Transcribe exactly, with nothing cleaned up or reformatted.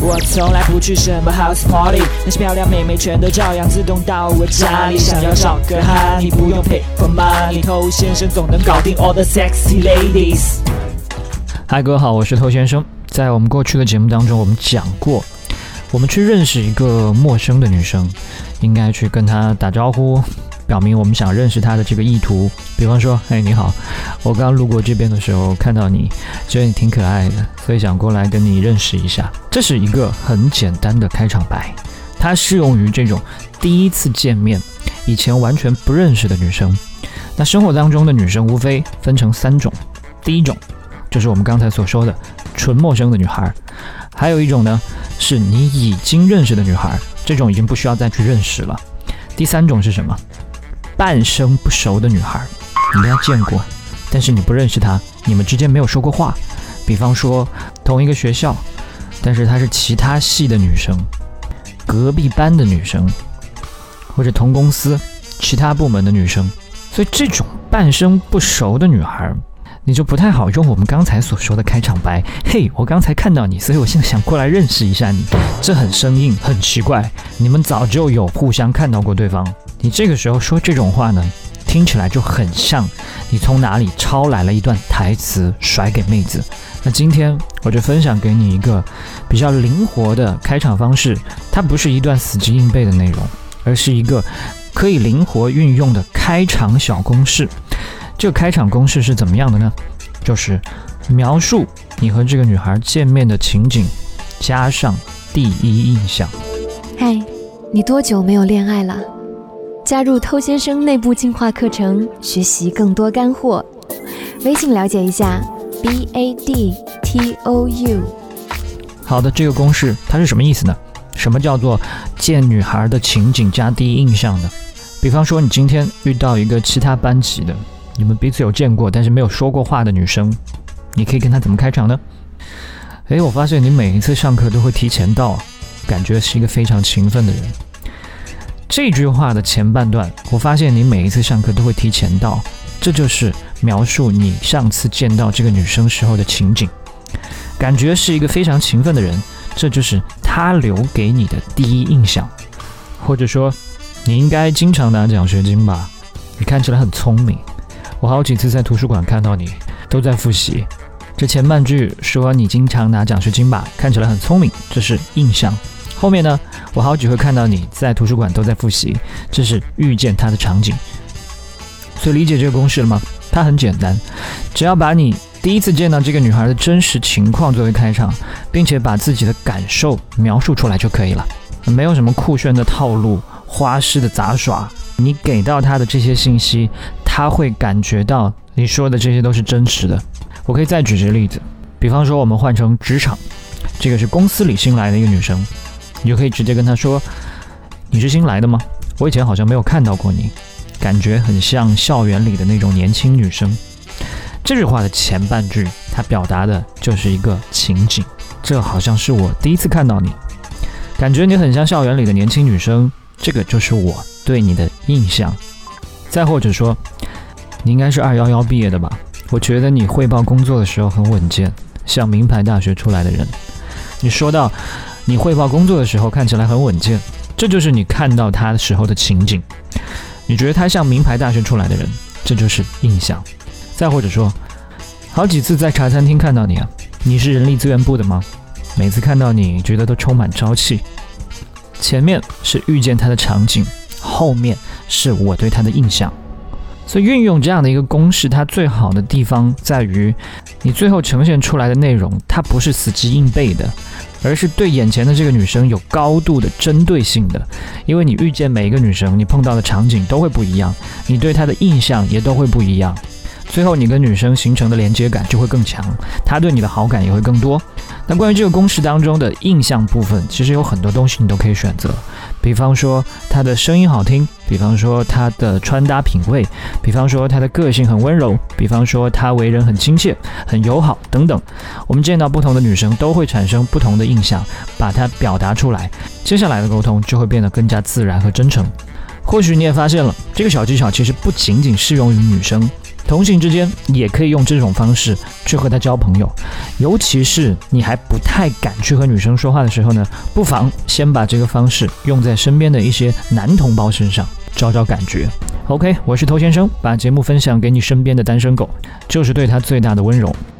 我从来不去什么 house party， 那些漂亮妹妹全都照样自动到我家里。想要找个哈，你不用 pay for money， 偷先生总能搞定 all the sexy ladies。 嗨，各位好，我是偷先生。在我们过去的节目当中，我们讲过，我们去认识一个陌生的女生，应该去跟她打招呼，表明我们想认识她的这个意图。比方说，嘿，你好，我刚路过这边的时候看到你，觉得你挺可爱的，所以想过来跟你认识一下。这是一个很简单的开场白，它适用于这种第一次见面、以前完全不认识的女生。那生活当中的女生无非分成三种，第一种就是我们刚才所说的纯陌生的女孩，还有一种呢是你已经认识的女孩，这种已经不需要再去认识了。第三种是什么？半生不熟的女孩，你跟她见过，但是你不认识她，你们之间没有说过话。比方说同一个学校，但是她是其他系的女生，隔壁班的女生，或者同公司其他部门的女生。所以这种半生不熟的女孩，你就不太好用我们刚才所说的开场白，嘿，我刚才看到你，所以我现在想过来认识一下你。这很生硬，很奇怪，你们早就有互相看到过对方，你这个时候说这种话呢，听起来就很像你从哪里抄来了一段台词甩给妹子。那今天我就分享给你一个比较灵活的开场方式，它不是一段死记硬背的内容，而是一个可以灵活运用的开场小公式。这个开场公式是怎么样的呢？就是描述你和这个女孩见面的情景，加上第一印象。 嗨，你多久没有恋爱了？加入偷先生内部进化课程，学习更多干货。微信了解一下 B A D T O U。 好的，这个公式它是什么意思呢？什么叫做见女孩的情景加第一印象呢？比方说你今天遇到一个其他班级的，你们彼此有见过但是没有说过话的女生，你可以跟她怎么开场呢？诶，我发现你每一次上课都会提前到，感觉是一个非常勤奋的人。这句话的前半段，我发现你每一次上课都会提前到，这就是描述你上次见到这个女生时候的情景，感觉是一个非常勤奋的人，这就是她留给你的第一印象。或者说你应该经常拿奖学金吧，你看起来很聪明，我好几次在图书馆看到你都在复习。这前半句说你经常拿奖学金吧，看起来很聪明，这是印象。后面呢，我好几回看到你在图书馆都在复习，这是遇见他的场景。所以理解这个公式了吗？它很简单，只要把你第一次见到这个女孩的真实情况作为开场，并且把自己的感受描述出来就可以了，没有什么酷炫的套路、花式的杂耍，你给到她的这些信息，她会感觉到你说的这些都是真实的。我可以再举个例子，比方说我们换成职场，这个是公司里新来的一个女生，你就可以直接跟她说，你是新来的吗？我以前好像没有看到过你，感觉很像校园里的那种年轻女生。这句话的前半句，它表达的就是一个情景，这好像是我第一次看到你，感觉你很像校园里的年轻女生，这个就是我对你的印象。再或者说，你应该是二一一毕业的吧，我觉得你汇报工作的时候很稳健，像名牌大学出来的人。你说到你汇报工作的时候看起来很稳健，这就是你看到他的时候的情景，你觉得他像名牌大学出来的人，这就是印象。再或者说，好几次在茶餐厅看到你啊，你是人力资源部的吗？每次看到你觉得都充满朝气。前面是遇见他的场景，后面是我对他的印象。所以运用这样的一个公式，它最好的地方在于你最后呈现出来的内容，它不是死记硬背的，而是对眼前的这个女生有高度的针对性的。因为你遇见每一个女生，你碰到的场景都会不一样，你对她的印象也都会不一样，最后你跟女生形成的连接感就会更强，她对你的好感也会更多。那关于这个公式当中的印象部分，其实有很多东西你都可以选择，比方说她的声音好听，比方说她的穿搭品味，比方说她的个性很温柔，比方说她为人很亲切、很友好等等。我们见到不同的女生都会产生不同的印象，把它表达出来，接下来的沟通就会变得更加自然和真诚。或许你也发现了，这个小技巧其实不仅仅适用于女生， 同性之间也可以用这种方式去和他交朋友，尤其是你还不太敢去和女生说话的时候呢，不妨先把这个方式用在身边的一些男同胞身上，找找感觉。 OK， 我是头先生，把节目分享给你身边的单身狗，就是对他最大的温柔。